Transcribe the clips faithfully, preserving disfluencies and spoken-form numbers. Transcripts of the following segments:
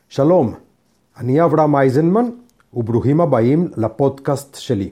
שלום, אני אברהם אייזנמן וברוכים הבאים לפודקאסט שלי.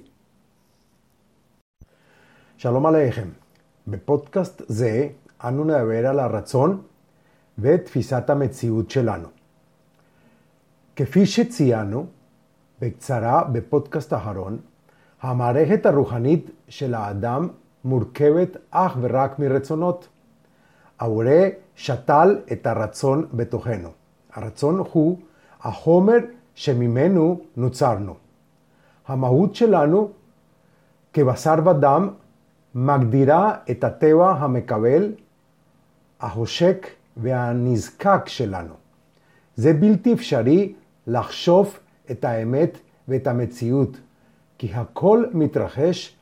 שלום עליכם. בפודקאסט זה אנו נדבר על הרצון ותפיסת המציאות שלנו. כפי שציינו בקצרה בפודקאסט האחרון, המערכת הרוחנית של האדם מורכבת אך ורק מרצונות. הבורא שתל את הרצון בתוכנו. הרצון הוא החומר שממנו נוצרנו. המהות שלנו כבשר ודם מגדירה את הטבע המקבל, החושק והנזקק שלנו. זה בלתי אפשרי לחשוף את האמת ואת המציאות, כי הכל מתרחש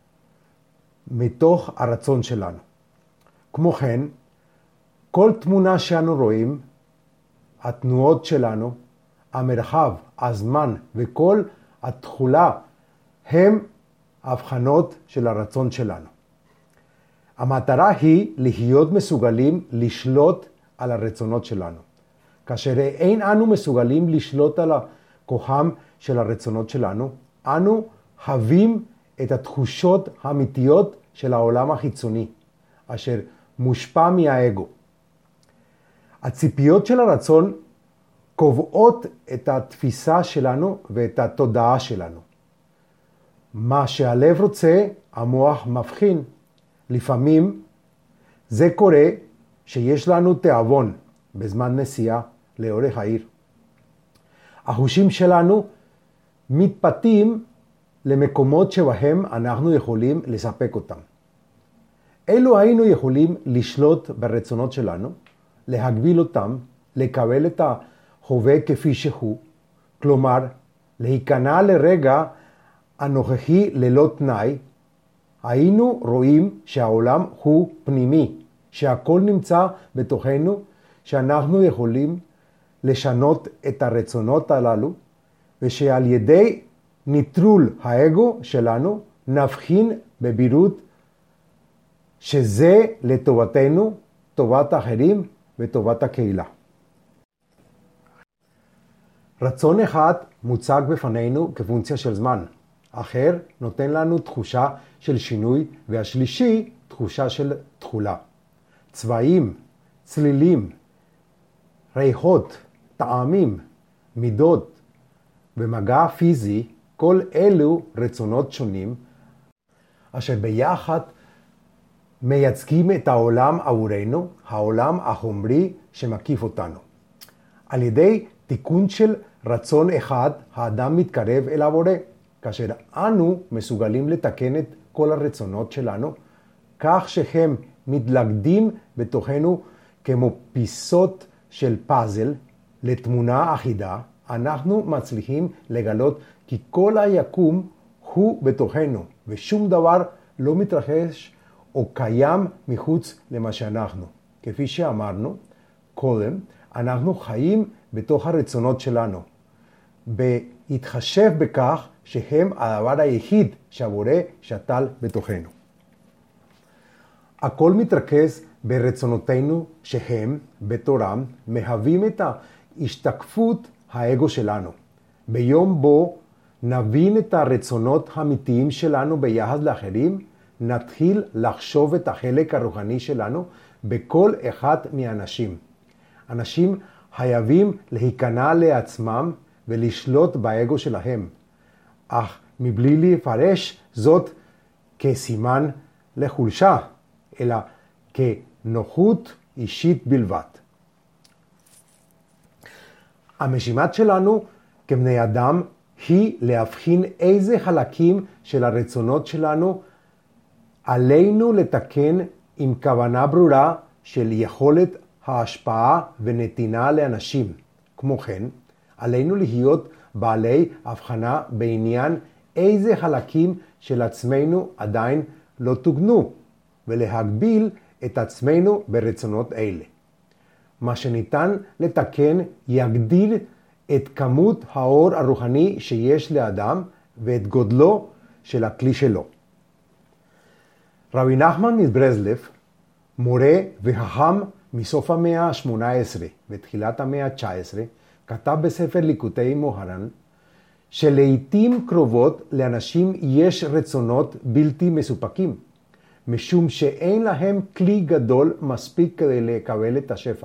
מתוך הרצון שלנו. כמו כן, כל תמונה שאנו רואים, התנועות שלנו, המרחב, הזמן וכל התכולה הם הבחנות של הרצון שלנו. המטרה היא להיות מסוגלים לשלוט על הרצונות שלנו. כאשר אין אנו מסוגלים לשלוט על הכוחם של הרצונות שלנו, אנו חווים את התחושות האמיתיות של העולם החיצוני, אשר מושפע מהאגו. הציפיות של הרצון קובעות את התפיסה שלנו ואת התודעה שלנו. מה שהלב רוצה, המוח מבחין. לפעמים זה קורה שיש לנו תיאבון בזמן נסיעה לאורך העיר. החושים שלנו מתפתים למקומות שבהם אנחנו יכולים לספק אותם. אילו היינו יכולים לשלוט ברצונות שלנו, להגביל אותם, לקבל את ההווה כפי שהוא, כלומר, להיכנע לרגע הנוכחי ללא תנאי, היינו רואים שהעולם הוא פנימי, שהכל נמצא בתוכנו, שאנחנו יכולים לשנות את הרצונות הללו, ושעל ידי ניטרול האגו שלנו נבחין בבירות שזה לטובתנו, טובת האחרים וטובת הקהילה. רצון אחד מוצג בפנינו כפונקציה של זמן, אחר נותן לנו תחושה של שינוי, והשלישי תחושה של תחולה. צבעים, צלילים, ריחות, טעמים, מידות ומגע פיזי, כל אלו רצונות שונים, אשר ביחד מייצגים את העולם עבורנו, העולם החומרי שמקיף אותנו. על ידי תיקון של רצון אחד, האדם מתקרב אל הבורא. כאשר אנו מסוגלים לתקן את כל הרצונות שלנו, כך שהם מתלכדים בתוכנו כמו פיסות של פאזל לתמונה אחידה, אנחנו מצליחים לגלות כי כל היקום הוא בתוכנו, ושום דבר לא מתרחש או קיים מחוץ למה שאנחנו. כפי שאמרנו קודם, אנחנו חיים בתוך הרצונות שלנו, בהתחשב בכך שהם הדבר היחיד שהבורא שתל בתוכנו. הכל מתרכז ברצונותינו שהם, בתורם, מהווים את ההשתקפות האגו שלנו. ביום בו נבין את הרצונות האמיתיים שלנו ביחס לאחרים, נתחיל לחשוב את החלק הרוחני שלנו בכל אחד מהאנשים. אנשים חייבים להיכנע לעצמם ולשלוט באגו שלהם, אך מבלי לפרש זאת כסימן לחולשה, אלא כנוחות אישית בלבד. המשימה שלנו כבני אדם היא להבחין איזה חלקים של הרצונות שלנו עלינו לתקן עם כוונה ברורה של יכולת ההשפעה ונתינה לאנשים. כמו כן, עלינו להיות בעלי הבחנה בעניין איזה חלקים של עצמנו עדיין לא תוגנו, ולהגביל את עצמנו ברצונות אלה. מה שניתן לתקן יגדיל את כמות האור הרוחני שיש לאדם ואת גודלו של הכלי שלו. רבי נחמן מברסלב, מורה וחכם מסוף המאה ה-שמונה עשרה ותחילת המאה ה-תשע עשרה, כתב בספר ליקוטי מוהר"ן, שלעיתים קרובות לאנשים יש רצונות בלתי מסופקים, משום שאין להם כלי גדול מספיק כדי לקבל את השפע.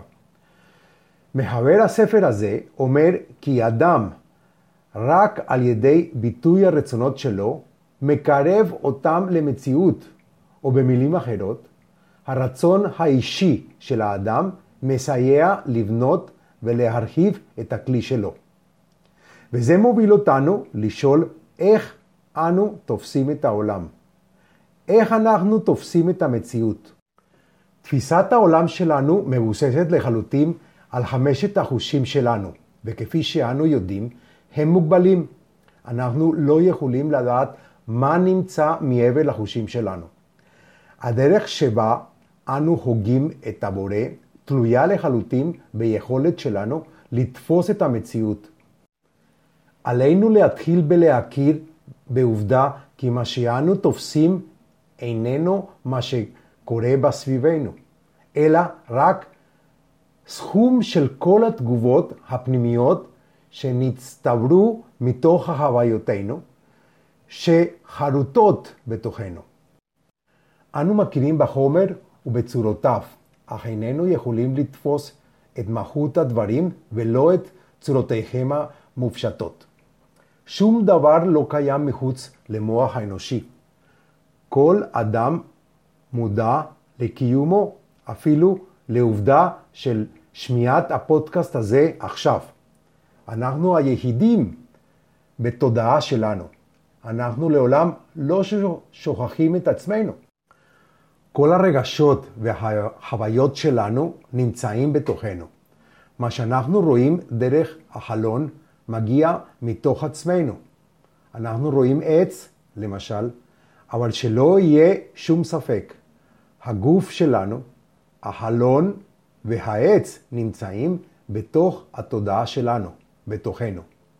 מחבר הספר הזה אומר כי אדם רק על ידי ביטוי הרצונות שלו מקרב אותם למציאות, או במילים אחרות, הרצון האישי של האדם מסייע לבנות ולהרחיב את הכלי שלו. וזה מוביל אותנו לשאול איך אנו תופסים את העולם. איך אנחנו תופסים את המציאות. תפיסת העולם שלנו מבוססת לחלוטין על חמשת החושים שלנו, וכפי שאנו יודעים, הם מוגבלים. אנחנו לא יכולים לדעת מה נמצא מעבר לחושים שלנו. הדרך שבה אנו הוגים את הבורא תלויה לחלוטין ביכולת שלנו לתפוס את המציאות. עלינו להתחיל בלהכיר בעובדה כי מה שאנו תופסים איננו מה שקורה בסביבנו, אלא רק סכום של כל התגובות הפנימיות שנצטברו מתוך החוויותינו, שחרוטות בתוכנו. אנו מכירים בחומר ובצורותיו, אך איננו יכולים לתפוס את מהות הדברים ולא את צורותיהם המופשטות. שום דבר לא קיים מחוץ למוח האנושי. כל אדם מודע לקיומו, אפילו לעובדה של שמיעת הפודקאסט הזה עכשיו. אנחנו היחידים בתודעה שלנו. אנחנו לעולם לא שוכחים את עצמנו. כל הרגשות והחוויות שלנו נמצאים בתוכנו. מה שאנחנו רואים דרך החלון מגיע מתוך עצמנו. אנחנו רואים עץ, למשל, אבל שלא יהיה שום ספק. הגוף שלנו, החלון והעץ נמצאים בתוך התודעה שלנו, בתוכנו.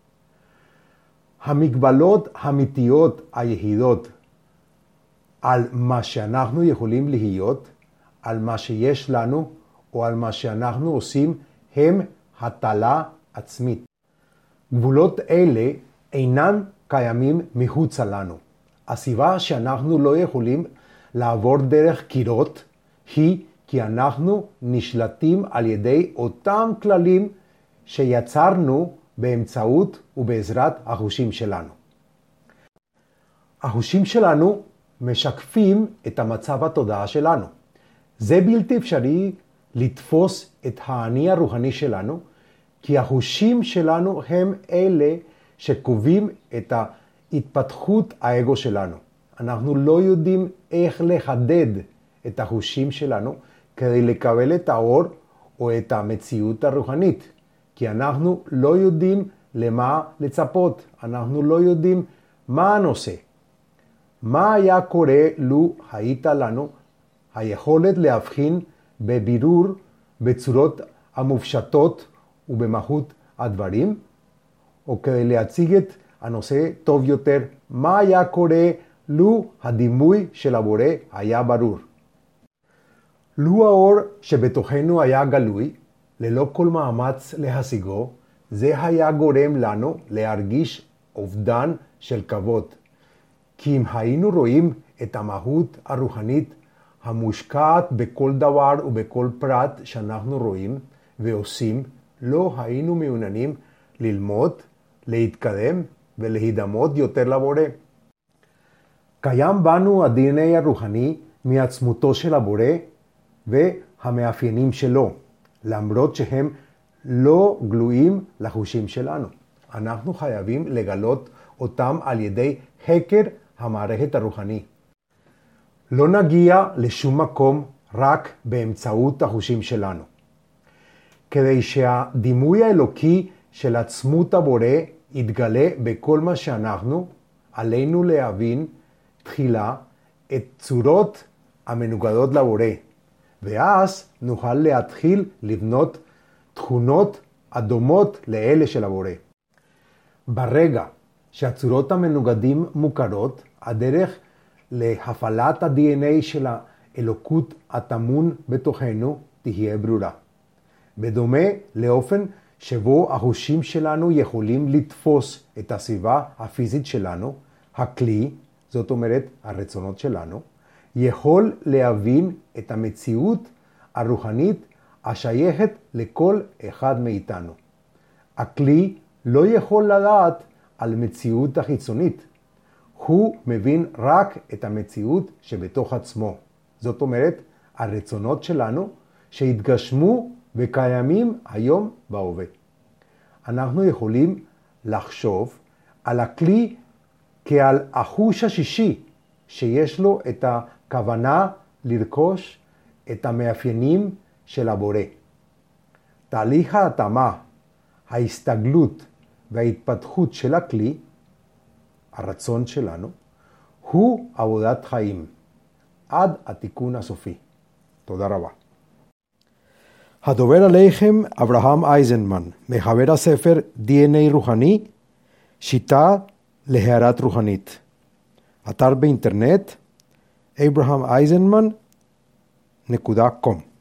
המגבלות האמיתיות היחידות על מה שאנחנו יכולים להיות, על מה שיש לנו או על מה שאנחנו עושים, הם הטלה עצמית. גבולות אלה אינם קיימים מחוצה לנו. הסיבה שאנחנו לא יכולים לעבור דרך קירות היא כי אנחנו נשלטים על ידי אותם כללים שיצרנו באמצעות ובעזרת החושים שלנו. החושים שלנו משקפים את המצב התודעה שלנו. זה בלתי אפשרי לתפוס את האני הרוחני שלנו, כי החושים שלנו הם אלה שקובעים את ההתפתחות האגו שלנו. אנחנו לא יודעים איך לחדד את החושים שלנו כדי לקבל את האור או את המציאות הרוחנית. כי אנחנו לא יודעים למה לצפות, אנחנו לא יודעים מה הנושא. מה היה קורה לו היית לנו היכולת להבחין בבירור בצורות המופשטות ובמהות הדברים, או כדי להציג את הנושא טוב יותר, מה היה קורה לו הדימוי של הבורא היה ברור. לו האור שבתוכנו היה גלוי, ללא כל מאמץ להשיגו, זה היה גורם לנו להרגיש אובדן של כבוד. כי אם היינו רואים את המהות הרוחנית המושקעת בכל דבר ובכל פרט שאנחנו רואים ועושים, לא היינו מעוניינים ללמוד, להתקדם ולהידמות יותר לבורא. קיים בנו ה-די אן איי הרוחני מעצמותו של הבורא והמאפיינים שלו, למרות שהם לא גלויים לחושים שלנו. אנחנו חייבים לגלות אותם על ידי חקר המערכת הרוחני. לא נגיע לשום מקום רק באמצעות החושים שלנו. כדי שהדימוי האלוקי של עצמות הבורא יתגלה בכל מה שאנחנו, עלינו להבין תחילה את צורות המנוגדות לבורא, ואז נוכל להתחיל לבנות תכונות הדומות לאלה של הבורא. ברגע שהצורות המנוגדים מוכרות, הדרך להפעלת ה-די אן איי של האלוקות הטמון בתוכנו תהיה ברורה. בדומה לאופן שבו החושים שלנו יכולים לתפוס את הסביבה הפיזית שלנו, הכלי, זאת אומרת הרצונות שלנו, יכול להבין את המציאות הרוחנית השייכת לכל אחד מאיתנו. הכלי לא יכול לדעת על מציאות החיצונית, הוא מבין רק את המציאות שבתוך עצמו. זאת אומרת, הרצונות שלנו שהתגשמו וקיימים היום בהווה. אנחנו יכולים לחשוב על הכלי כעל החוש השישי שיש לו את הכוונה לרכוש את המאפיינים של הבורא. תהליך ההתאמה, ההסתגלות וההתפתחות של הכלי, הרצון שלנו, הוא עבודת חיים עד התיקון הסופי. תודה רבה. הדובר עליכם אברהם אייזנמן, מחבר הספר די אן איי רוחני, שיטה להארת רוחנית. אתר באינטרנט אברהם אייזנמן נקודה קום